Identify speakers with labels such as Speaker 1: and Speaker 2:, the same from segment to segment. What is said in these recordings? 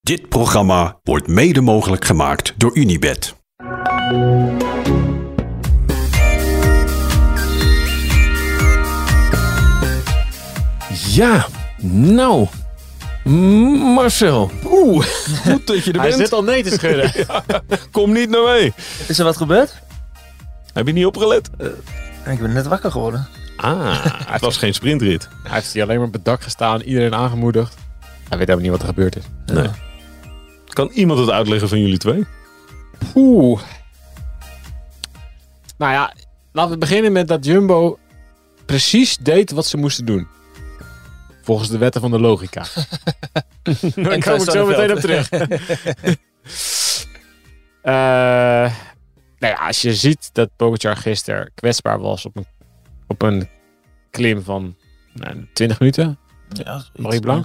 Speaker 1: Dit programma wordt mede mogelijk gemaakt door Unibet.
Speaker 2: Ja, nou, Marcel. Goed dat je er
Speaker 3: Hij
Speaker 2: bent.
Speaker 3: zit al nee te schudden.
Speaker 2: Ja, kom niet naar mee.
Speaker 4: Is er wat gebeurd?
Speaker 2: Heb je niet opgelet?
Speaker 4: Ik ben net wakker geworden.
Speaker 2: Het was geen sprintrit.
Speaker 3: Hij heeft hier alleen maar op het dak gestaan, iedereen aangemoedigd. Hij weet helemaal niet wat er gebeurd is.
Speaker 2: Nee. Kan iemand het uitleggen van jullie twee?
Speaker 3: Nou ja, laten we beginnen met dat Jumbo precies deed wat ze moesten doen. Volgens de wetten van de logica. Daar kom ik zo meteen op terug. Nou ja, als je ziet dat Pogačar gisteren kwetsbaar was op een klim van 20 minuten.
Speaker 4: Ja,
Speaker 3: Marie Blanc.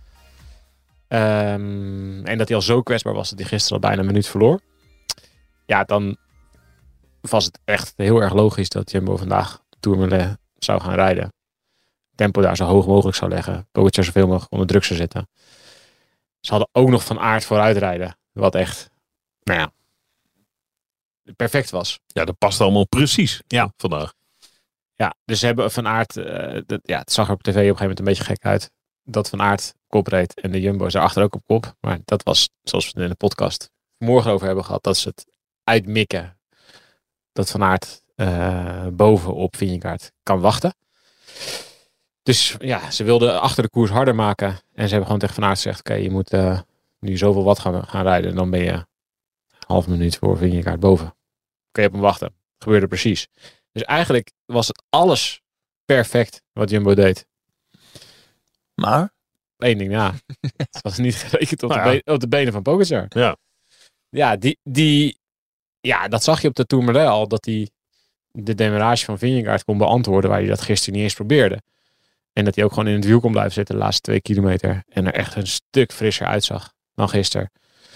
Speaker 3: En dat hij al zo kwetsbaar was dat hij gisteren al bijna een minuut verloor. Ja, dan was het echt heel erg logisch dat Jumbo vandaag de Tourmalet zou gaan rijden. Tempo daar zo hoog mogelijk zou leggen. Pogačar zoveel mogelijk onder druk zou zetten. Ze hadden ook nog Van Aert vooruit rijden. Wat echt, nou ja, perfect was.
Speaker 2: Ja, dat past allemaal precies vandaag.
Speaker 3: Ja, dus ze hebben Van Aert, het zag er op tv op een gegeven moment een beetje gek uit. Dat Van Aert kop reed en de Jumbo's daarachter ook op kop. Maar dat was, zoals we het in de podcast morgen over hebben gehad, dat ze het uitmikken. Dat Van Aert boven op Vingegaard kan wachten. Dus ja, ze wilden achter de koers harder maken. En ze hebben gewoon tegen Van Aert gezegd, oké, je moet nu zoveel wat gaan rijden. En dan ben je een half minuut voor Vingegaard boven. Kun je op hem wachten. Gebeurde precies. Dus eigenlijk was het alles perfect wat Jumbo deed.
Speaker 4: Maar?
Speaker 3: Eén ding, ja. Het was niet gerekend op de benen van Pogačar.
Speaker 2: Ja.
Speaker 3: Ja, ja, dat zag je op de Tourmalet al. Dat hij de demarrage van Vingegaard kon beantwoorden. Waar hij dat gisteren niet eens probeerde. En dat hij ook gewoon in het wiel kon blijven zitten de laatste 2 kilometer. En er echt een stuk frisser uitzag dan gisteren.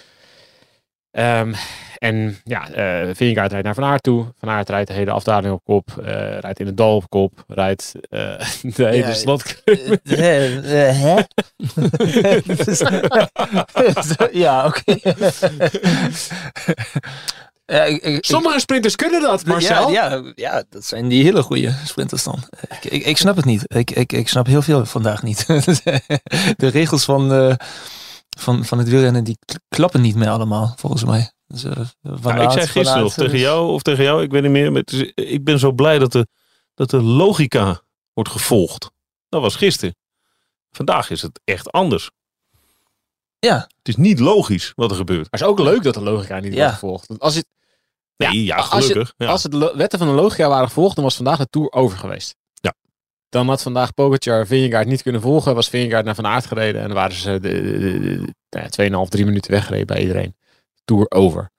Speaker 3: En ja, Vingegaard rijdt naar Van Aert toe. Van Aert rijdt de hele afdaling op kop. Rijdt in het dal op kop. Rijdt de hele slotklim.
Speaker 4: Hè? Ja, oké.
Speaker 3: Sommige sprinters kunnen dat, Marcel.
Speaker 4: Ja, dat zijn die hele goede sprinters dan. Ik snap het niet. Ik snap heel veel vandaag niet. De regels van het wielrennen die klappen niet meer allemaal, volgens mij. Dus,
Speaker 2: ik zei gisteren nog tegen jou, ik weet niet meer. Maar ik ben zo blij dat de logica wordt gevolgd. Dat was gisteren. Vandaag is het echt anders.
Speaker 4: Ja.
Speaker 2: Het is niet logisch wat er gebeurt.
Speaker 3: Maar het is ook leuk dat de logica niet wordt gevolgd. Want als
Speaker 2: gelukkig.
Speaker 3: Als de wetten van de logica waren gevolgd, dan was vandaag de Tour over geweest.
Speaker 2: Ja.
Speaker 3: Dan had vandaag Pogačar Vingegaard niet kunnen volgen. Was Vingegaard naar Van Aert gereden. En dan waren ze 2,5-3 minuten weggereden bij iedereen. Tour over.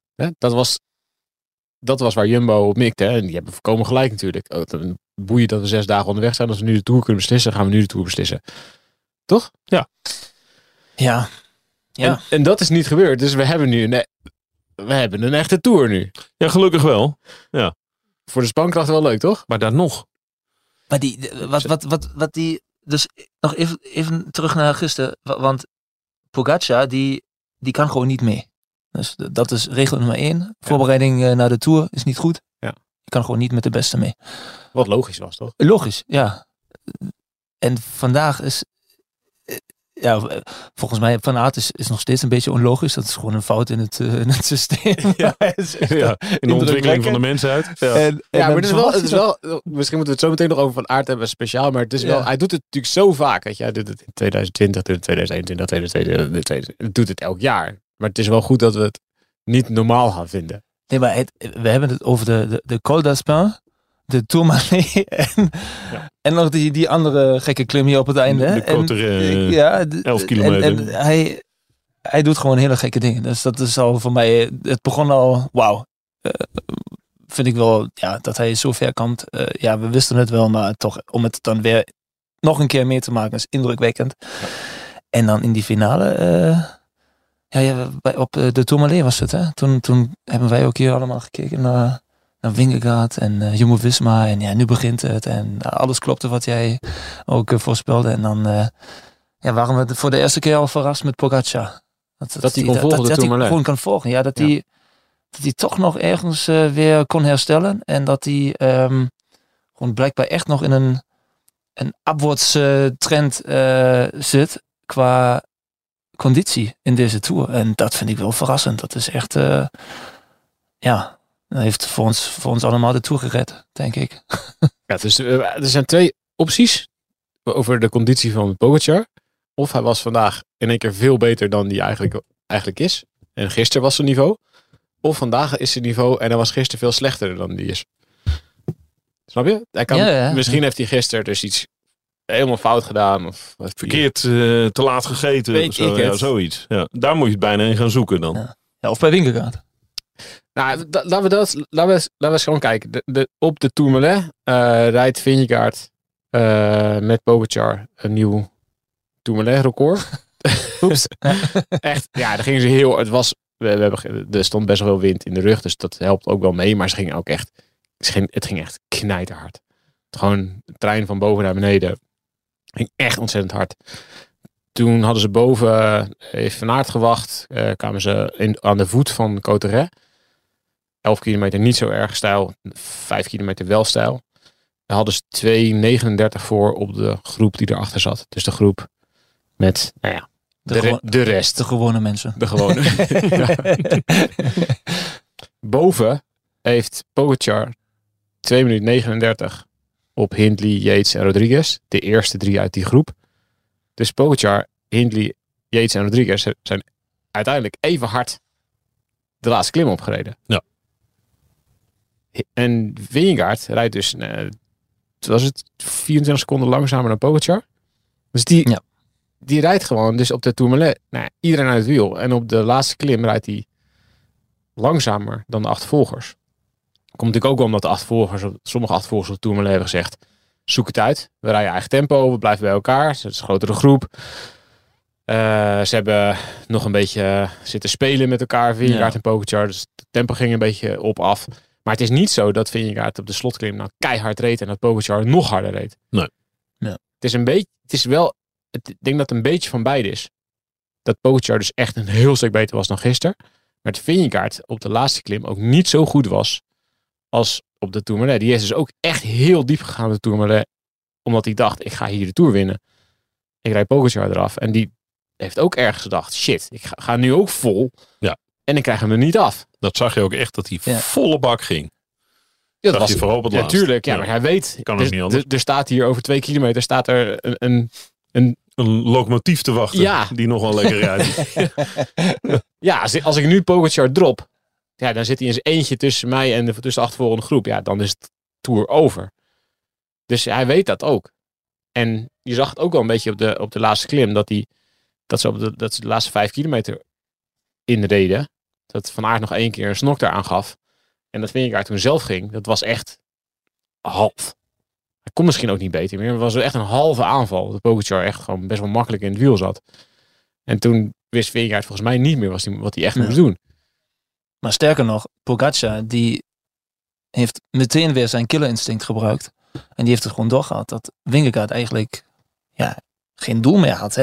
Speaker 3: Dat was waar Jumbo op mikte. En die hebben voorkomen gelijk natuurlijk. Dan boeien dat we 6 dagen onderweg zijn. Als we nu de Tour kunnen beslissen, gaan we nu de Tour beslissen. Toch? Ja.
Speaker 4: Ja.
Speaker 3: En dat is niet gebeurd. Dus we hebben nu een echte Tour nu.
Speaker 2: Ja, gelukkig wel. Ja.
Speaker 3: Voor de spankracht wel leuk, toch?
Speaker 2: Maar dan nog.
Speaker 4: Maar wat die... Dus nog even terug naar gisteren. Want Pogačar, die kan gewoon niet mee. Dus dat is regel nummer 1. Voorbereiding naar de Tour is niet goed.
Speaker 3: Ja.
Speaker 4: Je kan gewoon niet met de beste mee.
Speaker 3: Wat logisch was, toch?
Speaker 4: Logisch, ja. En vandaag is... Ja, volgens mij Van Aert is nog steeds een beetje onlogisch. Dat is gewoon een fout in het systeem.
Speaker 2: Ja, in de ontwikkeling van de mensheid. Ja,
Speaker 3: maar het is wel... Misschien moeten we het zo meteen nog over Van Aert hebben speciaal. Maar het is wel... Hij doet het natuurlijk zo vaak. Weet je. Hij doet het in 2020, doet het 2021, 2022. Hij doet het elk jaar. Maar het is wel goed dat we het niet normaal gaan vinden.
Speaker 4: Nee, maar we hebben het over de Col d'Aspin, de Tourmalet en nog die andere gekke klim hier op het einde.
Speaker 2: De kortere 11 kilometer.
Speaker 4: En hij doet gewoon hele gekke dingen. Dus dat is al voor mij... Het begon al... Wauw. Vind ik wel dat hij zo ver kan. We wisten het wel, maar toch om het dan weer nog een keer mee te maken is indrukwekkend. Ja. En dan in die finale... op de Tourmalet was het, hè? Toen hebben wij ook hier allemaal gekeken naar Vingegaard en Jumbo-Visma. En nu begint het. En alles klopte wat jij ook voorspelde. En dan waren we voor de eerste keer al verrast met Pogačar.
Speaker 3: Dat hij kon volgen de Tourmalet.
Speaker 4: Gewoon kan volgen. Ja, dat hij toch nog ergens weer kon herstellen. En dat hij gewoon blijkbaar echt nog in een abwaartstrend zit qua conditie in deze Tour. En dat vind ik wel verrassend. Dat is echt, dat heeft voor ons allemaal de Tour gered, denk ik.
Speaker 3: Ja, dus er zijn 2 opties over de conditie van Pogačar. Of hij was vandaag in één keer veel beter dan die eigenlijk is. En gisteren was zijn niveau. Of vandaag is zijn niveau en hij was gisteren veel slechter dan die is. Snap je? Hij kan, misschien heeft hij gisteren dus iets helemaal fout gedaan. Of
Speaker 2: verkeerd te laat gegeten. Of zo, zoiets. Ja, daar moet je het bijna in gaan zoeken dan.
Speaker 4: Ja, of bij Vingegaard.
Speaker 3: Nou, laten we eens gewoon kijken. Op de Tourmalet rijdt Vingegaard met Pogačar een nieuw Tourmalet-record. Oeps. Echt, ja, daar gingen ze heel... Er stond best wel veel wind in de rug, dus dat helpt ook wel mee. Maar ze gingen ook echt... Het ging echt knijterhard. Gewoon de trein van boven naar beneden. Ging echt ontzettend hard. Toen hadden ze boven even Van Aert gewacht. Kwamen ze aan de voet van Cauterets. 11 kilometer niet zo erg steil. 5 kilometer wel steil. Daar hadden ze 2:39 voor op de groep die erachter zat. Dus de groep met, de rest.
Speaker 4: De gewone mensen.
Speaker 3: De gewone. Boven heeft Pogačar 2 minuten 39 op Hindley, Yates en Rodriguez. De eerste 3 uit die groep. Dus Pogačar, Hindley, Yates en Rodriguez zijn uiteindelijk even hard de laatste klim opgereden.
Speaker 2: Ja.
Speaker 3: En Vingegaard rijdt dus, was het 24 seconden langzamer dan Pogačar. Dus die rijdt gewoon dus op de Tourmalet. Iedereen uit het wiel. En op de laatste klim rijdt hij langzamer dan de achtervolgers. Komt natuurlijk ook wel omdat sommige achtervolgers op de Tourmalet hebben gezegd: zoek het uit. We rijden eigen tempo. We blijven bij elkaar. Het is een grotere groep. Ze hebben nog een beetje zitten spelen met elkaar. Vingegaard en Pogačar. Dus het tempo ging een beetje op af. Maar het is niet zo dat Vingegaard op de slotklim nou keihard reed en dat Pogačar nog harder reed.
Speaker 2: Nee.
Speaker 3: Ja. Ik denk dat het een beetje van beide is. Dat Pogačar dus echt een heel stuk beter was dan gisteren. Maar dat Vingegaard op de laatste klim ook niet zo goed was als op de Tourmalet. Die is dus ook echt heel diep gegaan op de Tourmalet. Omdat hij dacht, ik ga hier de Tour winnen. Ik rijd Pogačar eraf. En die heeft ook ergens gedacht, shit, ik ga nu ook vol.
Speaker 2: Ja.
Speaker 3: En ik krijg hem er niet af.
Speaker 2: Dat zag je ook echt, dat hij volle bak ging.
Speaker 3: Ja, dat was
Speaker 2: hij vooral op het laatst.
Speaker 3: Natuurlijk, maar hij weet,
Speaker 2: kan ook niet anders.
Speaker 3: Er staat hier over 2 kilometer staat er een
Speaker 2: locomotief te wachten, die nog wel lekker rijdt.
Speaker 3: Ja, als ik nu Pogačar drop, dan zit hij in zijn eentje tussen mij en tussen de achtervolgende groep. Ja, dan is het Tour over. Dus hij weet dat ook. En je zag het ook wel een beetje op de laatste klim, dat ze de laatste 5 kilometer inreden. Dat Van Aert nog 1 keer een snok daaraan gaf. En dat Vingegaard toen zelf ging, dat was echt half. Hij kon misschien ook niet beter meer. Het was echt een halve aanval. Dat Pogačar echt gewoon best wel makkelijk in het wiel zat. En toen wist Vingegaard volgens mij niet meer wat hij echt moest doen.
Speaker 4: Maar sterker nog, Pogačar die heeft meteen weer zijn killerinstinct gebruikt. En die heeft het gewoon doorgehad. Dat Vingegaard eigenlijk geen doel meer had.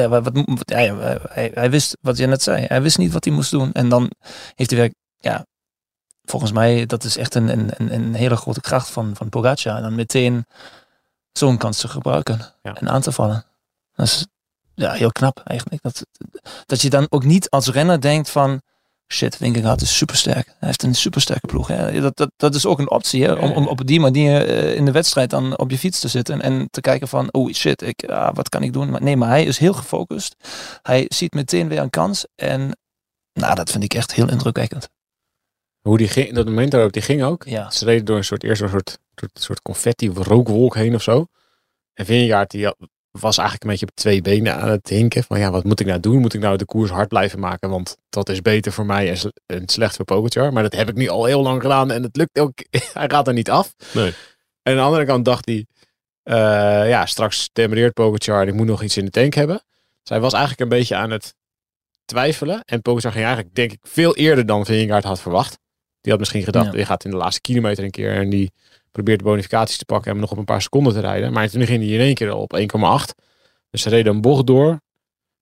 Speaker 4: Hij wist wat je net zei. Hij wist niet wat hij moest doen. En dan heeft hij weer, volgens mij, dat is echt een hele grote kracht van Pogačar. En dan meteen zo'n kans te gebruiken en aan te vallen. Dat is heel knap eigenlijk. Dat je dan ook niet als renner denkt van, shit, Vingegaard is supersterk. Hij heeft een supersterke ploeg. Hè. Dat is ook een optie, hè, om op die manier in de wedstrijd dan op je fiets te zitten en te kijken van, oh shit, wat kan ik doen? Maar hij is heel gefocust. Hij ziet meteen weer een kans en dat vind ik echt heel indrukwekkend.
Speaker 3: Hoe die ging, dat moment daarop, die ging ook.
Speaker 4: Ja.
Speaker 3: Ze reden door een soort confetti of rookwolk heen of zo. En Vingegaard die was eigenlijk een beetje op 2 benen aan het hinken. Van wat moet ik nou doen? Moet ik nou de koers hard blijven maken? Want dat is beter voor mij en slecht voor Pogačar. Maar dat heb ik nu al heel lang gedaan en het lukt ook. Hij gaat er niet af.
Speaker 2: Nee.
Speaker 3: En aan de andere kant dacht hij, straks demereert Pogačar. Ik moet nog iets in de tank hebben. Dus hij was eigenlijk een beetje aan het twijfelen. En Pogačar ging eigenlijk, denk ik, veel eerder dan Vingegaard had verwacht. Die had misschien gedacht, die gaat in de laatste kilometer een keer en die probeert de bonificaties te pakken en nog op een paar seconden te rijden. Maar toen ging hij in één keer op 1,8. Dus ze reden een bocht door.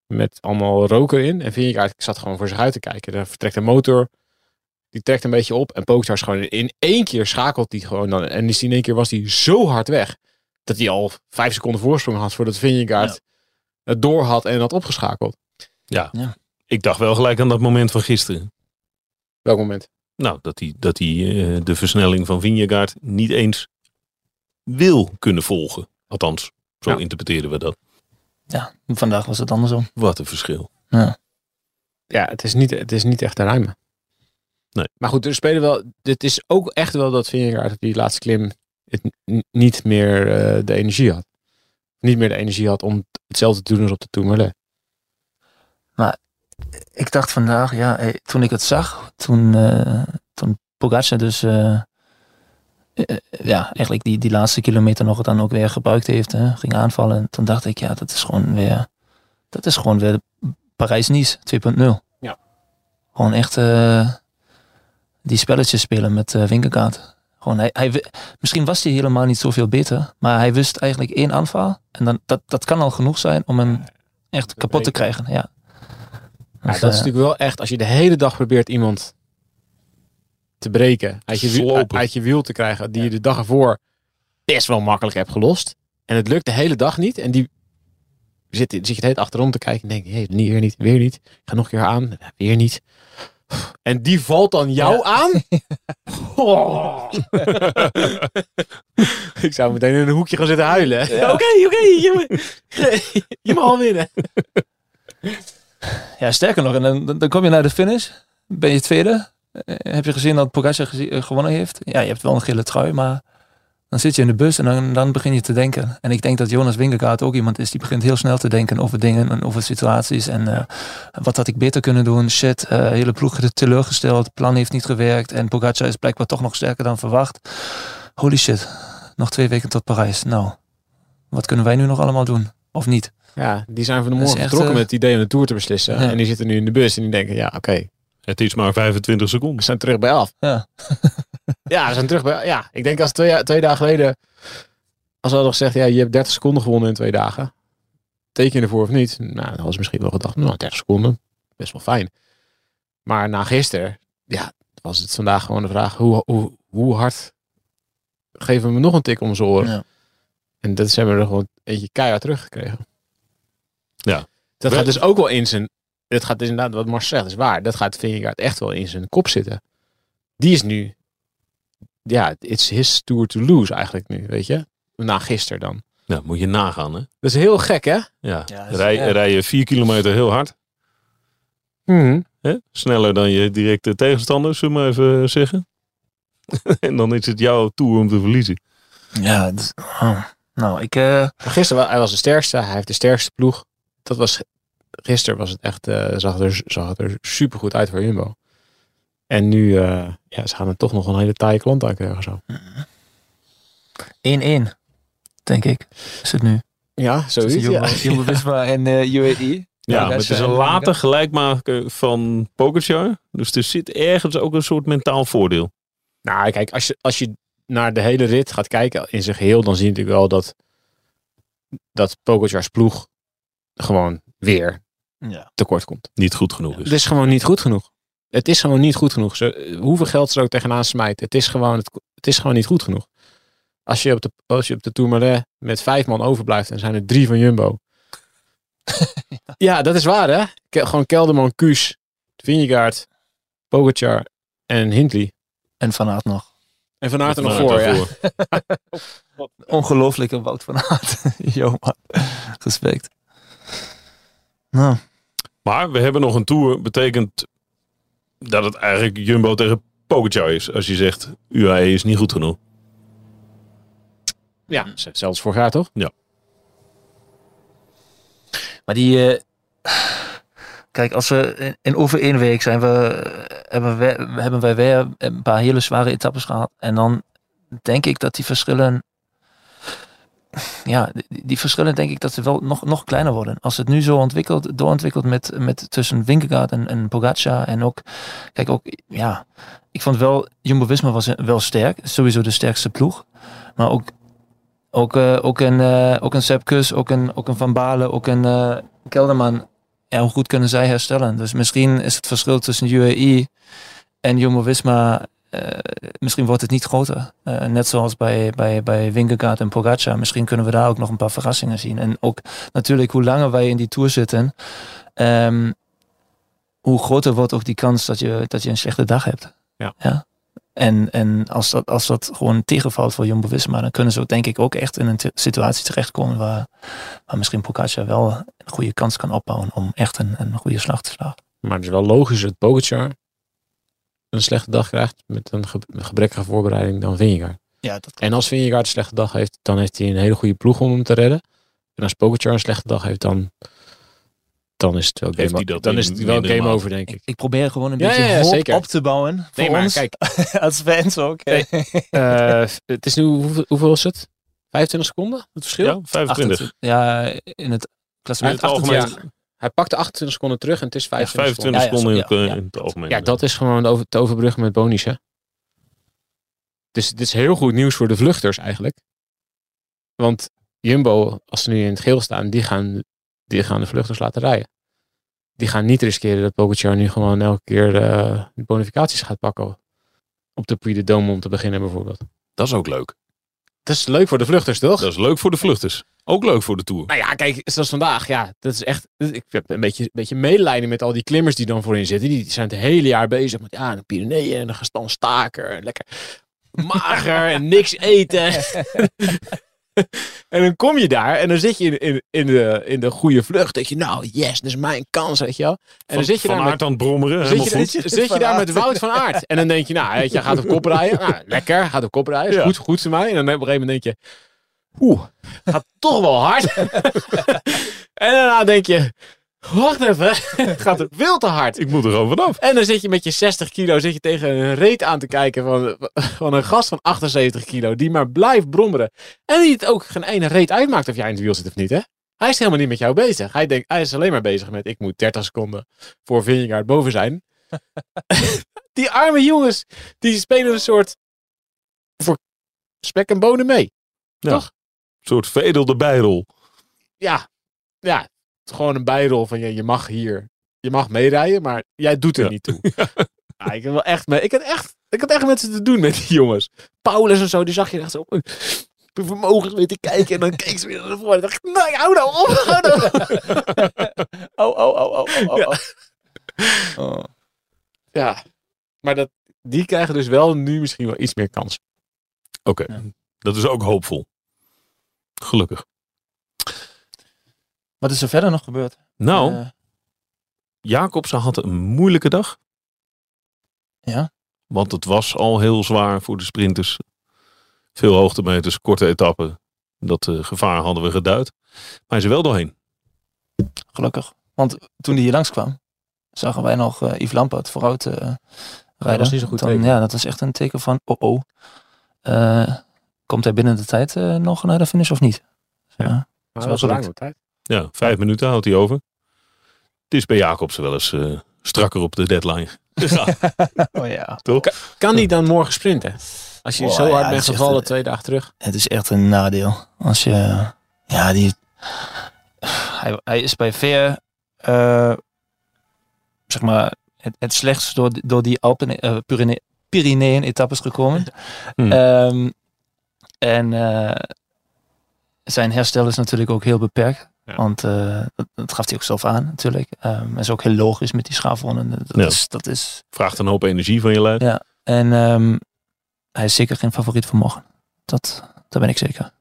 Speaker 3: met allemaal rook erin. En Vingegaard zat gewoon voor zich uit te kijken. Dan vertrekt de motor, die trekt een beetje op. En Pogačar is gewoon in 1 keer schakelt die gewoon dan. En in 1 keer was hij zo hard weg, dat hij al 5 seconden voorsprong had voordat Vingegaard het door had en had opgeschakeld.
Speaker 2: Ja, ik dacht wel gelijk aan dat moment van gisteren.
Speaker 3: Welk moment?
Speaker 2: Nou, dat hij de versnelling van Vingegaard niet eens wil kunnen volgen. Althans, zo interpreteren we dat.
Speaker 4: Ja, vandaag was het andersom.
Speaker 2: Wat een verschil.
Speaker 3: Ja, het is niet echt te ruimen.
Speaker 2: Nee.
Speaker 3: Maar goed, er spelen wel. Dit is ook echt wel dat Vingegaard op die laatste klim het niet meer de energie had. Niet meer de energie had om hetzelfde te doen als op de Tourmalet.
Speaker 4: Maar ik dacht vandaag, toen ik het zag, toen Pogačar dus eigenlijk die laatste kilometer nog dan ook weer gebruikt heeft, ging aanvallen. En toen dacht ik, dat is gewoon weer Parijs-Nice 2.0.
Speaker 3: Ja.
Speaker 4: Gewoon echt die spelletjes spelen met Vingegaard. Gewoon hij misschien was hij helemaal niet zoveel beter, maar hij wist eigenlijk 1 aanval. En dan, dat kan al genoeg zijn om hem echt kapot te krijgen. Ja.
Speaker 3: Ja, dat is natuurlijk wel echt, als je de hele dag probeert iemand te breken, uit je wiel te krijgen, die je de dag ervoor best wel makkelijk hebt gelost. En het lukt de hele dag niet. En die zit je het hele achterom te kijken en denk je, weer niet. Ik ga nog een keer aan, weer niet. En die valt dan jou aan? Oh. Ik zou meteen in een hoekje gaan zitten huilen. Ja. Oké, je mag al winnen.
Speaker 4: Ja, sterker nog, en dan kom je naar de finish. Ben je tweede. Heb je gezien dat Pogačar gewonnen heeft? Ja, je hebt wel een gele trui, maar dan zit je in de bus en dan begin je te denken. En ik denk dat Jonas Vingegaard ook iemand is die begint heel snel te denken over dingen en over situaties. En wat had ik beter kunnen doen? Shit, hele ploeg teleurgesteld, het plan heeft niet gewerkt. En Pogačar is blijkbaar toch nog sterker dan verwacht. Holy shit, nog 2 weken tot Parijs. Nou, wat kunnen wij nu nog allemaal doen? Of niet?
Speaker 3: Ja, die zijn vanmorgen vertrokken met het idee om de Tour te beslissen. Ja. En die zitten nu in de bus en die denken, oké.
Speaker 2: Het is maar 25 seconden.
Speaker 3: We zijn terug bij af.
Speaker 4: Ja.
Speaker 3: We zijn terug bij. Ja, ik denk als 2 dagen geleden, als we hadden gezegd, je hebt 30 seconden gewonnen in 2 dagen. Teken je ervoor of niet? Nou, dan was misschien wel gedacht, 30 seconden, best wel fijn. Maar na gisteren, was het vandaag gewoon de vraag, hoe hard geven we me nog een tik om zijn oren? Ja. En dat hebben we er gewoon eentje keihard teruggekregen.
Speaker 2: Ja.
Speaker 3: Dat gaat dus ook wel in zijn. Het gaat dus inderdaad, wat Mars zegt, is waar. Dat gaat Vingegaard echt wel in zijn kop zitten. Die is nu. Ja, it's his tour to lose eigenlijk nu, weet je. Na gisteren dan.
Speaker 2: Ja, moet je nagaan, hè?
Speaker 3: Dat is heel gek, hè?
Speaker 2: Ja, rij je 4 kilometer heel hard. Sneller dan je directe tegenstander, zullen we maar even zeggen. En dan is het jouw tour om te verliezen.
Speaker 4: Ja,
Speaker 3: Gisteren, hij was de sterkste. Hij heeft de sterkste ploeg. Gisteren was het echt, zag het er super goed uit voor Jumbo. En nu, ze gaan er toch nog een hele taaie klant aan krijgen. Zo.
Speaker 4: 1-1, denk ik. Is het nu?
Speaker 3: Ja, zoiets.
Speaker 4: Jumbo-Visma en UAE.
Speaker 2: Ja, maar het is een later gelijkmaken van Pogačar. Dus er zit ergens ook een soort mentaal voordeel.
Speaker 3: Nou, kijk, als je naar de hele rit gaat kijken in zijn geheel, dan zie je natuurlijk wel dat Pogačar's ploeg gewoon weer tekort komt.
Speaker 2: Niet goed genoeg is.
Speaker 3: Het is gewoon niet goed genoeg. Het is gewoon niet goed genoeg. Hoeveel geld ze er ook tegenaan smijten. Het is gewoon niet goed genoeg. Als je op de Tourmalet met 5 man overblijft en zijn er 3 van Jumbo. Ja, dat is waar, hè? Gewoon Kelderman, Kuus, Vingegaard, Pogačar en Hindley.
Speaker 4: En Van Aert nog.
Speaker 3: En Van Aert er nog voor, ja.
Speaker 4: Ongelooflijke Wout van Aert. Jo, man. Respect. Nou.
Speaker 2: Maar we hebben nog een Tour. Betekent dat het eigenlijk Jumbo tegen Pogačar is. Als je zegt, UAE is niet goed genoeg.
Speaker 3: Ja, zelfs vorig jaar toch?
Speaker 2: Ja.
Speaker 4: Maar kijk, als we in over 1 week zijn hebben wij weer een paar hele zware etappes gehad. En dan denk ik dat die verschillen. Ja, die verschillen denk ik dat ze wel nog kleiner worden. Als het nu zo doorontwikkelt met tussen Vingegaard en Pogačar. En ook, kijk ook, ik vond wel, Jumbo-Visma was wel sterk. Sowieso de sterkste ploeg. Maar ook een Sepp Kuss, ook een Van Baarle, ook een Kelderman. hoe goed kunnen zij herstellen? Dus misschien is het verschil tussen UAE en Jumbo-Visma, misschien wordt het niet groter. Net zoals bij Vingegaard en Pogacar. Misschien kunnen we daar ook nog een paar verrassingen zien. En ook natuurlijk hoe langer wij in die Tour zitten, hoe groter wordt ook die kans dat je een slechte dag hebt. Ja? En als dat gewoon tegenvalt voor Jumbo-Visma, dan kunnen ze ook, denk ik, ook echt in een situatie terechtkomen waar misschien Pogacar wel een goede kans kan opbouwen om echt een goede slag te slaan.
Speaker 3: Maar het is wel logisch dat Pogacar een slechte dag krijgt met een gebrekkige voorbereiding dan Vingegaard.
Speaker 4: Ja, dat
Speaker 3: en als Vingegaard een slechte dag heeft, dan heeft hij een hele goede ploeg om hem te redden. En als Pogacar een slechte dag heeft, dan is het wel game over, denk ik.
Speaker 4: Ik probeer gewoon een beetje hoop
Speaker 3: zeker
Speaker 4: op te bouwen voor ons.
Speaker 3: Kijk,
Speaker 4: als fans ook.
Speaker 3: Het is nu, hoeveel is het? 25 seconden? Het verschil?
Speaker 2: Ja, 25.
Speaker 4: Ja, in het klassement.
Speaker 3: Hij pakte 28 seconden terug en het is
Speaker 2: 25 seconden in het algemeen.
Speaker 3: Ja, dat is gewoon te overbruggen met bonies, hè? Dus dit is heel goed nieuws voor de vluchters eigenlijk. Want Jumbo, als ze nu in het geel staan, die gaan de vluchters laten rijden. Die gaan niet riskeren dat Pogacar nu gewoon elke keer de bonificaties gaat pakken. Op de Puy de Dôme om te beginnen bijvoorbeeld.
Speaker 2: Dat is ook leuk.
Speaker 3: Dat is leuk voor de vluchters, toch?
Speaker 2: Dat is leuk voor de vluchters. Ook leuk voor de Tour.
Speaker 3: Nou ja, kijk, zoals vandaag. Ja, dat is echt. Ik heb een beetje medelijden met al die klimmers die dan voorin zitten. Die zijn het hele jaar bezig met de Pyreneeën en dan gaan staan staker. En lekker mager en niks eten. En dan kom je daar en dan zit je in de goede vlucht. Dat je, nou, yes, dat is mijn kans, weet je wel. En dan zit je
Speaker 2: Van Aert aan het brommeren.
Speaker 3: Zit je daar met Wout van Aert. En dan denk je, nou, weet je, gaat op kop rijden. Nou, lekker, gaat op kop rijden. Is goed voor mij. En dan op een gegeven moment denk je, gaat toch wel hard. En daarna denk je, wacht even, gaat het veel te hard.
Speaker 2: Ik moet er gewoon vanaf.
Speaker 3: En dan zit je met je 60 kilo tegen een reet aan te kijken van een gast van 78 kilo. Die maar blijft brommeren. En die het ook geen ene reet uitmaakt of jij in het wiel zit of niet, hè? Hij is helemaal niet met jou bezig. Hij is alleen maar bezig met, ik moet 30 seconden voor Vingegaard boven zijn. Die arme jongens, die spelen een soort voor spek en bonen mee.
Speaker 2: Ja,
Speaker 3: toch?
Speaker 2: Een soort veredelde bijrol.
Speaker 3: Ja. Gewoon een bijrol van je mag meerijden, maar jij doet er niet toe. Ja, ik heb wel echt mee. Ik had echt met ze te doen met die jongens. Paulus en zo, die zag je echt zo op vermogens weer te kijken en dan keek ze weer naar voren. En dacht ik, nee, hou nou op. Ja, maar die krijgen dus wel nu misschien wel iets meer kans.
Speaker 2: Oké. Dat is ook hoopvol. Gelukkig.
Speaker 4: Wat is er verder nog gebeurd?
Speaker 2: Nou, Jacobsen had een moeilijke dag.
Speaker 3: Ja.
Speaker 2: Want het was al heel zwaar voor de sprinters. Veel hoogtemeters, korte etappen. Dat gevaar hadden we geduid. Maar hij is er wel doorheen.
Speaker 4: Gelukkig. Want toen hij hier langskwam, zagen wij nog Yves Lampaert vooruit rijden.
Speaker 3: Dat was niet zo goed teken.
Speaker 4: Ja, dat was echt een teken van komt hij binnen de tijd nog naar de finish of niet?
Speaker 3: Ja. Dat was een lange tijd.
Speaker 2: Ja, 5 minuten houdt hij over. Het is bij Jacobsen wel eens strakker op de deadline gegaan. Toch?
Speaker 3: Kan hij dan morgen sprinten? Als je zo hard bent gevallen 2 dagen terug.
Speaker 4: Het is echt een nadeel. Als je... Hij is bij Ver... zeg maar... Het slechtst door die Pyreneeën etappes gekomen. Zijn herstel is natuurlijk ook heel beperkt. Ja. Want dat gaf hij ook zelf aan natuurlijk. Dat is ook heel logisch met die schaafwonden. Dat is...
Speaker 2: Vraagt een hoop energie van je lijf.
Speaker 4: Ja, en hij is zeker geen favoriet voor morgen. Daar ben ik zeker.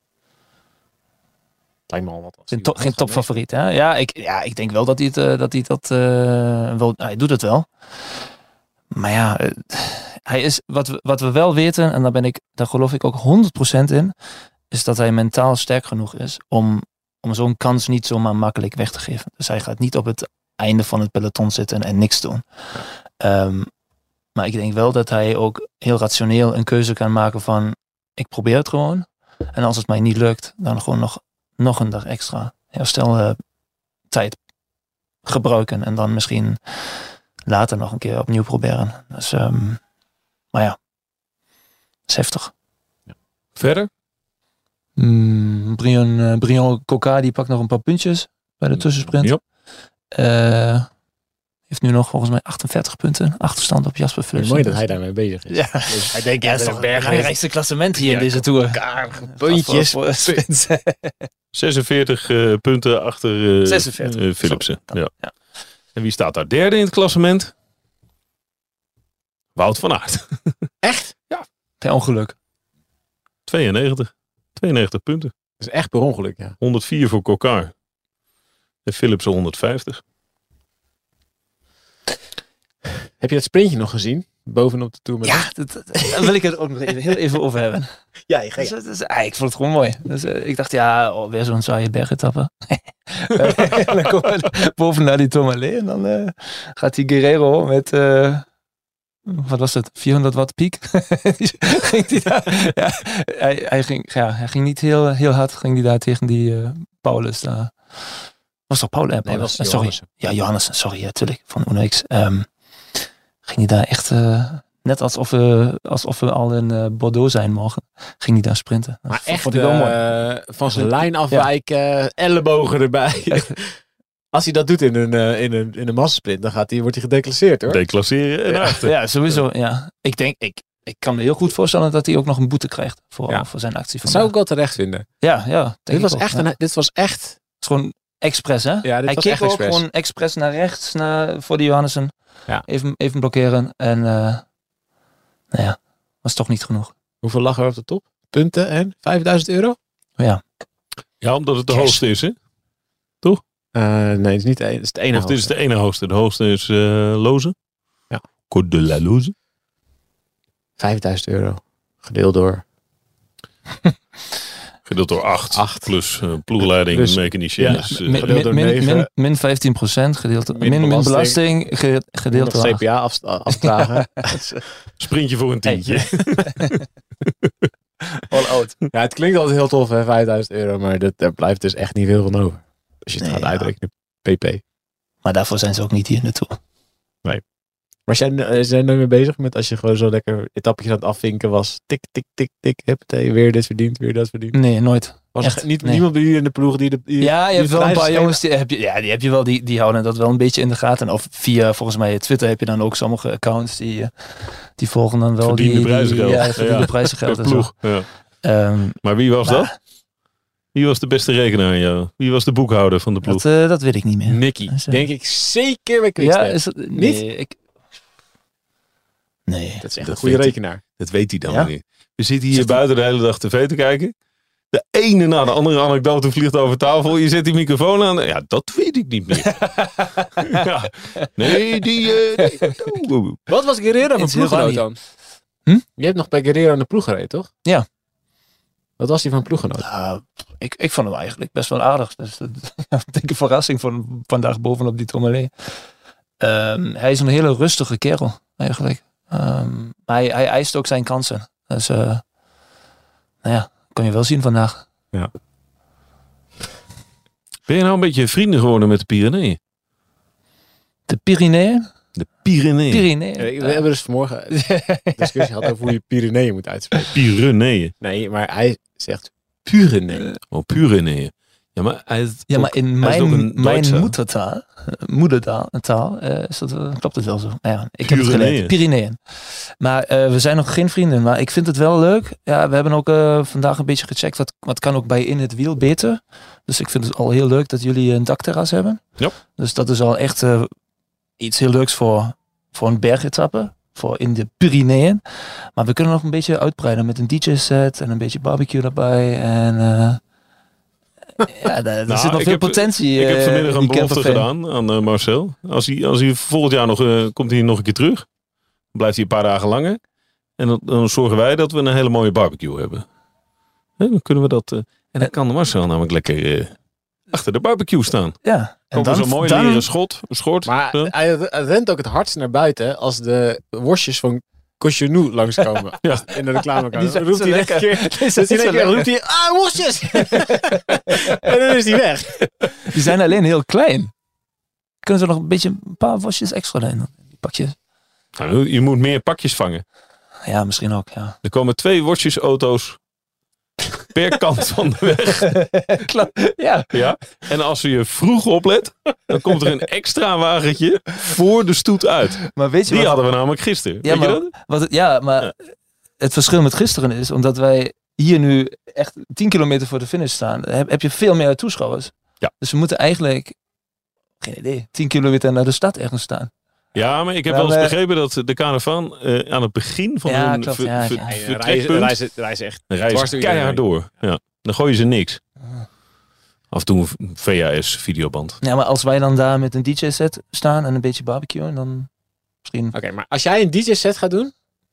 Speaker 3: Lijkt me al wat.
Speaker 4: Geen topfavoriet. Hè? Ja, ik denk wel dat hij dat wel... Hij doet het wel. Maar ja, hij is wat we wel weten, en daar geloof ik ook 100% in, is dat hij mentaal sterk genoeg is om zo'n kans niet zomaar makkelijk weg te geven. Dus hij gaat niet op het einde van het peloton zitten en niks doen. Ja. Maar ik denk wel dat hij ook heel rationeel een keuze kan maken van, ik probeer het gewoon. En als het mij niet lukt, dan gewoon nog een dag extra hersteltijd gebruiken. En dan misschien later nog een keer opnieuw proberen. Dus, maar ja, dat is heftig.
Speaker 2: Ja. Verder?
Speaker 4: Brion Coca die pakt nog een paar puntjes bij de tussensprint.
Speaker 2: Yep.
Speaker 4: heeft nu nog volgens mij 48 punten. Achterstand op Jasper Philipsen.
Speaker 3: Mooi dat hij daarmee bezig is.
Speaker 4: Ja.
Speaker 3: Dus hij denkt,
Speaker 4: Ja, dat is toch het belangrijkste klassement hier in deze Tour.
Speaker 3: puntjes.
Speaker 4: Voor sprints.
Speaker 2: 46 punten achter
Speaker 4: 46.
Speaker 2: Philipsen.
Speaker 4: Ja.
Speaker 2: Ja. En wie staat daar derde in het klassement? Wout van Aert.
Speaker 3: Echt?
Speaker 4: Per ongeluk.
Speaker 2: 92 punten.
Speaker 3: Dat is echt per ongeluk, ja.
Speaker 2: 104 voor Kokar. En Philipsen 150.
Speaker 3: Heb je dat sprintje nog gezien? Bovenop de Tour met
Speaker 4: Ja, daar wil ik het ook nog heel even over hebben.
Speaker 3: Ja, je gaat.
Speaker 4: Ik vond het gewoon mooi. Dus, ik dacht, weer zo'n saaie bergetappe. Dan komen we boven naar die Tourmalet. En dan gaat die Guerrero met... wat was het? 400 watt piek. Hij ging niet heel hard. Ging die daar tegen die Paulus. Was toch Paulus?
Speaker 3: Nee, was
Speaker 4: sorry.
Speaker 3: Johannessen.
Speaker 4: Ja, Johannessen. Sorry, natuurlijk. Van UnoX. Ging hij daar echt... net alsof we al in Bordeaux zijn morgen. Ging hij daar sprinten.
Speaker 3: Maar
Speaker 4: Dat
Speaker 3: echt
Speaker 4: vond ik wel mooi.
Speaker 3: van zijn lijn afwijken, ellebogen erbij. Als hij dat doet in een massasprint, dan wordt hij gedeclasseerd, hoor.
Speaker 2: Declasseren en achter.
Speaker 4: Ja, sowieso. Ja. Ik kan me heel goed voorstellen dat hij ook nog een boete krijgt voor zijn actie.
Speaker 3: Dat zou ik wel terecht vinden.
Speaker 4: Ja.
Speaker 3: Dit was echt...
Speaker 4: Het is gewoon expres, hè?
Speaker 3: Ja,
Speaker 4: hij keek ook gewoon expres naar rechts voor de Johannessen.
Speaker 3: Ja.
Speaker 4: Even blokkeren. En was toch niet genoeg.
Speaker 3: Hoeveel lag er op de top? Punten en €5.000?
Speaker 4: Ja.
Speaker 2: Ja, omdat het de hoogste is, hè?
Speaker 3: Nee, het is niet het is het ene
Speaker 2: Of dit is de ene hoogste. De hoogste is Loze.
Speaker 3: Ja.
Speaker 2: Côte de la Loze.
Speaker 3: €5.000. Gedeeld door...
Speaker 2: Gedeeld door 8. Plus ploegleiding,
Speaker 3: Plus-
Speaker 2: mechanicien.
Speaker 3: ja,
Speaker 2: Dus,
Speaker 3: gedeeld door 9.
Speaker 4: Min 15% gedeeld min belasting gedeeld door 8.
Speaker 3: CPA afdragen.
Speaker 2: sprintje voor een tientje.
Speaker 4: All out.
Speaker 3: Ja, het klinkt altijd heel tof, hè, €5.000. Maar daar blijft dus echt niet veel van over. Als je het gaat uitrekenen. PP.
Speaker 4: Maar daarvoor zijn ze ook niet hier naartoe.
Speaker 3: Was jij nooit mee bezig met als je gewoon zo lekker etappjes aan het afvinken was? Tik, tik, tik, tik. Huppatee, weer dit verdiend, weer dat verdiend.
Speaker 4: Nee, nooit.
Speaker 3: Was
Speaker 4: Echt,
Speaker 3: er niet
Speaker 4: nee.
Speaker 3: niemand bij jullie in de ploeg die
Speaker 4: Ja, je hebt wel een paar jongens
Speaker 3: die...
Speaker 4: die heb je wel, die houden dat wel een beetje in de gaten. Of via volgens mij Twitter heb je dan ook sommige accounts die volgen dan wel
Speaker 2: Verdiende prijzengeld.
Speaker 4: Ja, verdiende prijzengeld
Speaker 2: Per
Speaker 4: en zo.
Speaker 2: ploeg. Ja. Maar wie was dat? Wie was de beste rekenaar aan jou? Wie was de boekhouder van de ploeg?
Speaker 4: Dat weet ik niet meer.
Speaker 3: Nicky.
Speaker 4: Dus,
Speaker 3: Denk ik zeker bij Quickstep.
Speaker 4: Ja, is het nee, Nee.
Speaker 3: Dat is echt
Speaker 2: Dat
Speaker 3: een goede
Speaker 2: weet
Speaker 3: rekenaar.
Speaker 2: Dat weet hij dan
Speaker 4: Ja?
Speaker 2: niet. We zitten hier buiten de hele dag tv te kijken. De ene na de andere anekdote vliegt over tafel. Je zet die microfoon aan. Ja, dat weet ik niet meer. Ja. Nee,
Speaker 3: Wat was Guerrero van
Speaker 4: Het is heel
Speaker 3: ploeggenoot
Speaker 4: raar
Speaker 3: dan? Je hebt nog bij Guerrero aan de ploeg gereden, toch?
Speaker 4: Ja.
Speaker 3: Wat was hij van ploeggenoot?
Speaker 4: Ik vond hem eigenlijk best wel aardig. Dus dat dikke verrassing van vandaag bovenop die Tourmalet. Hij is een hele rustige kerel, eigenlijk. Maar hij eist ook zijn kansen. Dus, kan je wel zien vandaag.
Speaker 3: Ja.
Speaker 2: Ben je nou een beetje vrienden geworden met de Pyreneeën?
Speaker 4: De Pyreneeën?
Speaker 2: De Pyreneeën.
Speaker 3: We hebben dus vanmorgen een discussie gehad over hoe je Pyreneeën moet uitspreken.
Speaker 2: Pyreneeën.
Speaker 3: Nee, maar hij zegt Pyreneeën.
Speaker 2: Oh, Pyreneeën. Ja, maar,
Speaker 4: maar in mijn moedertaal is dat, klopt het wel zo. Ja, ik heb het geleerd. Pyreneeën. Maar we zijn nog geen vrienden. Maar ik vind het wel leuk. Ja, we hebben ook vandaag een beetje gecheckt. Wat kan ook bij In het Wiel beter. Dus ik vind het al heel leuk dat jullie een dakterras hebben.
Speaker 2: Ja.
Speaker 4: Dus dat is al echt iets heel leuks voor een bergetappe. Voor in de Pyreneeën. Maar we kunnen nog een beetje uitbreiden met een DJ-set. En een beetje barbecue erbij. En... Ja, er zit nog veel potentie.
Speaker 2: Ik heb vanmiddag een belofte gedaan aan Marcel. Als hij volgend jaar komt hij nog een keer terug. Dan blijft hij een paar dagen langer. En dan zorgen wij dat we een hele mooie barbecue hebben. En dan kunnen we dat... en dan kan Marcel namelijk lekker achter de barbecue staan.
Speaker 4: Ja.
Speaker 2: En dan zo'n mooi leren schort.
Speaker 3: Maar hij rent ook het hardst naar buiten als de worstjes van Cochonou langskomen.
Speaker 2: Ja.
Speaker 3: In de reclame komen.
Speaker 4: Die
Speaker 3: Roept hij lekker. Roept hij, worstjes! En dan is hij weg.
Speaker 4: Die zijn alleen heel klein. Kunnen ze nog een paar worstjes extra nemen? Die pakjes.
Speaker 2: Nou, je moet meer pakjes vangen.
Speaker 4: Ja, misschien ook, ja.
Speaker 2: Er komen 2 worstjesauto's per kant van de weg.
Speaker 4: Klopt. Ja.
Speaker 2: Ja. En als je vroeg oplet, dan komt er een extra wagentje voor de stoet uit.
Speaker 4: Maar weet je
Speaker 2: Die
Speaker 4: wat?
Speaker 2: hadden we namelijk gisteren.
Speaker 4: Ja,
Speaker 2: Weet je dat?
Speaker 4: maar het verschil met gisteren is, omdat wij hier nu echt 10 kilometer voor de finish staan, heb je veel meer toeschouwers.
Speaker 2: Ja.
Speaker 4: Dus we moeten eigenlijk, geen idee, 10 kilometer naar de stad ergens staan.
Speaker 2: Ja, maar ik heb
Speaker 4: Dan,
Speaker 2: wel eens begrepen dat de Caravan aan het begin van hun
Speaker 4: klopt,
Speaker 2: vertrekpunt
Speaker 3: Reizen echt
Speaker 2: reizen
Speaker 3: dwars door
Speaker 2: keihard door. Ja. Dan gooien ze niks. Af en toe een VHS-videoband.
Speaker 4: Ja, maar als wij dan daar met een DJ-set staan en een beetje barbecuen, dan misschien...
Speaker 3: Oké, maar als jij een DJ-set gaat doen...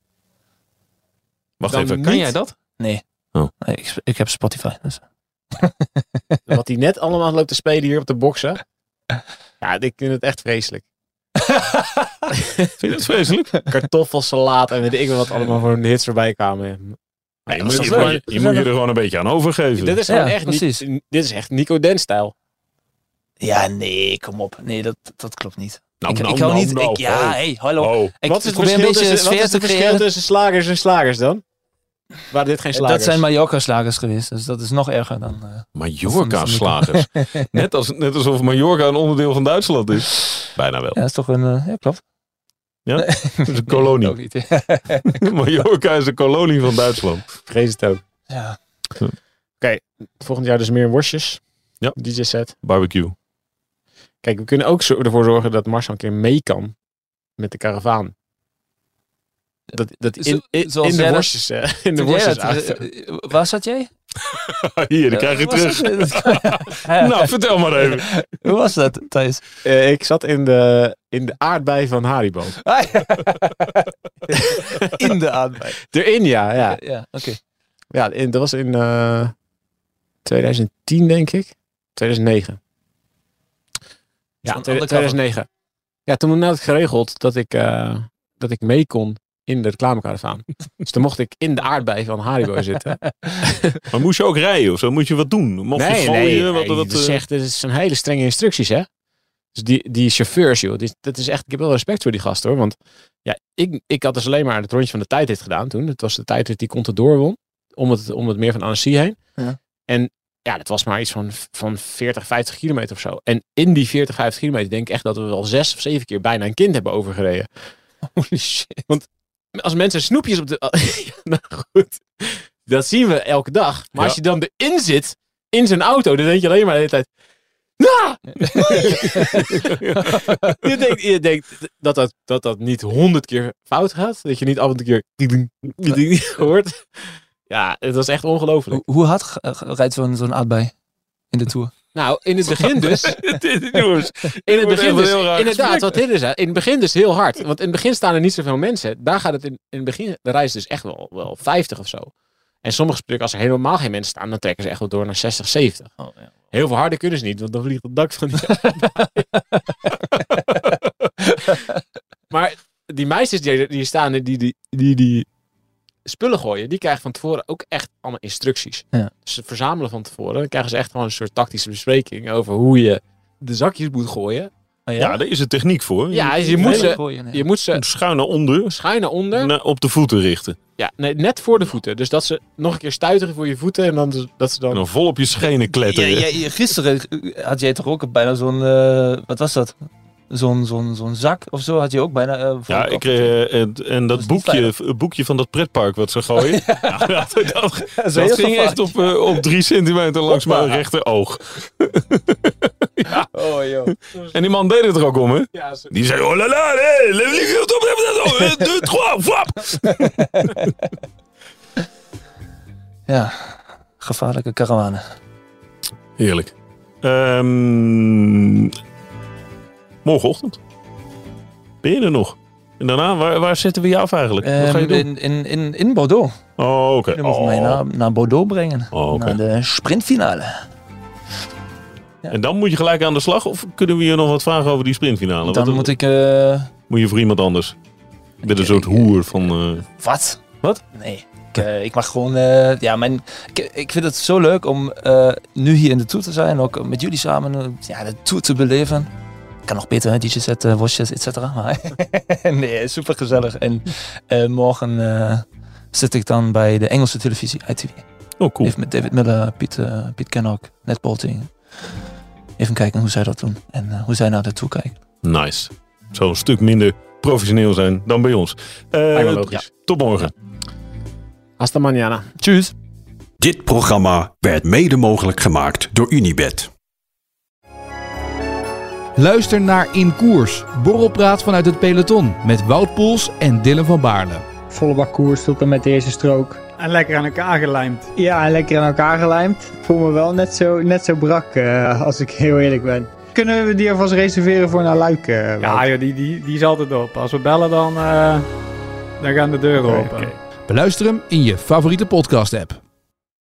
Speaker 2: Wacht
Speaker 3: Dan
Speaker 2: even, kan
Speaker 3: niet-
Speaker 2: jij dat?
Speaker 4: Nee.
Speaker 2: Oh.
Speaker 4: Nee, ik heb Spotify. Dus.
Speaker 3: Wat hij net allemaal loopt te spelen hier op de boksen. Ja, ik vind het echt vreselijk.
Speaker 2: Vind je dat vreselijk?
Speaker 3: Kartoffelsalaat en weet ik wat allemaal voor hits voorbij kwamen.
Speaker 2: Nee,
Speaker 4: dat is
Speaker 2: je
Speaker 4: leuk.
Speaker 2: moet je er gewoon een beetje aan overgeven.
Speaker 3: Dit is gewoon
Speaker 4: Ja,
Speaker 3: echt
Speaker 4: precies.
Speaker 3: dit is echt Nico Den-stijl.
Speaker 4: Ja, nee, kom op. Nee, dat klopt niet.
Speaker 2: Nou,
Speaker 4: ik hou niet... hallo.
Speaker 2: Oh.
Speaker 4: Ik
Speaker 3: Wat is
Speaker 4: probeer een beetje sfeer te creëren.
Speaker 3: tussen slagers en slagers dan? Waren dit geen slagers?
Speaker 4: Dat zijn Mallorca-slagers geweest, dus dat is nog erger dan...
Speaker 2: Mallorca-slagers. Net alsof Mallorca een onderdeel van Duitsland is. Bijna wel.
Speaker 4: Ja, dat is toch een... ja, klopt.
Speaker 2: Ja? Het is een kolonie.
Speaker 4: Ook niet, ja.
Speaker 2: Mallorca is een kolonie van Duitsland.
Speaker 3: Vrees het ook.
Speaker 4: Ja.
Speaker 3: Volgend jaar dus meer worstjes.
Speaker 2: Ja.
Speaker 3: DJ-set.
Speaker 2: Barbecue.
Speaker 3: Kijk, we kunnen ook ervoor zorgen dat Marcel een keer mee kan met de karavaan. Dat
Speaker 4: Zoals
Speaker 3: in de
Speaker 4: jij dat-
Speaker 3: worstjes, in de worstjes
Speaker 4: Waar zat jij?
Speaker 2: Hier, die krijg je
Speaker 4: Waar
Speaker 2: terug.
Speaker 4: zat je?
Speaker 2: Nou, vertel maar even.
Speaker 4: Hoe was dat, Thijs?
Speaker 3: ik zat in de aardbei van Haribo.
Speaker 4: In de aardbei.
Speaker 3: Erin, ja.
Speaker 4: Ja, oké.
Speaker 3: Ja, dat was in 2010, denk ik. 2009. Ja,
Speaker 4: Zo'n undercover.
Speaker 3: 2009. Ja, toen had ik geregeld dat ik mee kon in de reclamekaravaan. Dus toen mocht ik in de aardbei van Haribo zitten.
Speaker 2: Maar moest je ook rijden of zo? Moet je wat doen? Mocht je gooien?
Speaker 3: Dat is een hele strenge instructies, hè. Dus die chauffeurs, joh. Dat is echt, ik heb wel respect voor die gasten, hoor. Want ja, ik had dus alleen maar het rondje van de tijdrit gedaan toen. Het was de tijdrit die Contador won. Om het meer van Annecy heen.
Speaker 4: Ja.
Speaker 3: En ja, dat was maar iets van 40, 50 kilometer of zo. En in die 40, 50 kilometer denk ik echt dat we wel 6 of 7 keer bijna een kind hebben overgereden.
Speaker 4: Holy shit.
Speaker 3: Als mensen snoepjes op de... Ja, nou goed. Dat zien we elke dag. Maar
Speaker 2: Ja.
Speaker 3: als je dan erin zit, in zo'n auto, dan denk je alleen maar de hele tijd... Nou! je denkt dat niet 100 keer fout gaat. Dat je niet af en toe een keer hoort. Ja, het was echt ongelooflijk.
Speaker 4: Hoe hard rijdt zo'n aardbei in de Tour?
Speaker 3: Nou, in het begin dus...
Speaker 2: Jongens,
Speaker 3: In het begin dus,
Speaker 2: heel raar
Speaker 3: inderdaad,
Speaker 2: gesprek.
Speaker 3: wat dit is. Hè. In het begin dus heel hard. Want in het begin staan er niet zoveel mensen. Daar gaat het in het begin, de reis dus echt wel 50 of zo. En sommige stukken, als er helemaal geen mensen staan, dan trekken ze echt wel door naar 60, 70.
Speaker 4: Oh, ja.
Speaker 3: Heel veel harder kunnen ze niet, want dan vliegt het dak van die... Maar die meisjes die staan, die spullen gooien, die krijgen van tevoren ook echt allemaal instructies.
Speaker 4: Ja.
Speaker 3: Dus ze verzamelen van tevoren. Dan krijgen ze echt gewoon een soort tactische bespreking over hoe je de zakjes moet gooien.
Speaker 4: Oh,
Speaker 2: Ja, daar is een techniek voor.
Speaker 3: Ja,
Speaker 2: Je
Speaker 3: je moet ze,
Speaker 4: gooien,
Speaker 3: je moet ze
Speaker 2: schuin naar onder,
Speaker 3: schuin naar onder.
Speaker 2: op de voeten richten.
Speaker 3: Ja, nee, net voor de voeten. Dus dat ze nog een keer stuiteren voor je voeten en dan dat ze
Speaker 2: En
Speaker 3: dan...
Speaker 2: dan vol op je schenen kletteren.
Speaker 4: Gisteren had jij toch ook bijna zo'n... wat was dat? Zo'n zak of zo had je ook bijna... voor
Speaker 2: Ja,
Speaker 4: de kop.
Speaker 2: en dat
Speaker 4: is niet
Speaker 2: het boekje van dat pretpark wat ze gooien. Ja, dat
Speaker 4: is heel
Speaker 2: ging
Speaker 4: gevaarlijk.
Speaker 2: echt op 3 centimeter langs mijn rechteroog.
Speaker 4: Oh, joh.
Speaker 2: En die man deed het er ook om, hè?
Speaker 3: Ja,
Speaker 2: Die zei, oh la la, le 2, 3, wap.
Speaker 4: Ja, gevaarlijke karavanen.
Speaker 2: Heerlijk. Morgenochtend. Ben je er nog? En daarna, waar zetten we je af eigenlijk? Wat ga je doen?
Speaker 4: In Bordeaux.
Speaker 2: Oh, oké.
Speaker 4: Je moet mij naar Bordeaux brengen.
Speaker 2: Oh, oké.
Speaker 4: Naar de sprintfinale.
Speaker 2: En dan moet je gelijk aan de slag? Of kunnen we je nog wat vragen over die sprintfinale?
Speaker 4: Dan
Speaker 2: Wat-
Speaker 4: moet ik...
Speaker 2: Moet je voor iemand anders? Ik ben een soort hoer van...
Speaker 4: Wat?
Speaker 2: Wat?
Speaker 4: Nee. Ik mag gewoon... ik vind het zo leuk om nu hier in de Tour te zijn. Ook met jullie samen de Tour te beleven. Kan nog beter, DJ-set, worstjes, et cetera. Maar nee, super gezellig. En morgen zit ik dan bij de Engelse televisie, ITV.
Speaker 2: Oh, cool.
Speaker 4: Heeft met David Miller, Piet Kennock, netbolting. Even kijken hoe zij dat doen. En hoe zij naar naartoe kijken.
Speaker 2: Nice. Zou een stuk minder professioneel zijn dan bij ons.
Speaker 3: Logisch.
Speaker 2: Tot morgen.
Speaker 3: Hasta mañana.
Speaker 4: Tjus.
Speaker 1: Dit programma werd mede mogelijk gemaakt door Unibet.
Speaker 5: Luister naar In Koers, borrelpraat vanuit het peloton met Wout Poels en Dylan van Baarle.
Speaker 6: Volle bak koers tot en met de eerste strook.
Speaker 7: En lekker aan elkaar gelijmd.
Speaker 6: Ja, en lekker aan elkaar gelijmd. Ik voel me wel net zo brak, als ik heel eerlijk ben. Kunnen we die alvast reserveren voor naar Luik?
Speaker 7: Ja, joh, die is altijd op. Als we bellen, dan gaan de deuren open.
Speaker 5: Beluister hem in je favoriete podcast-app.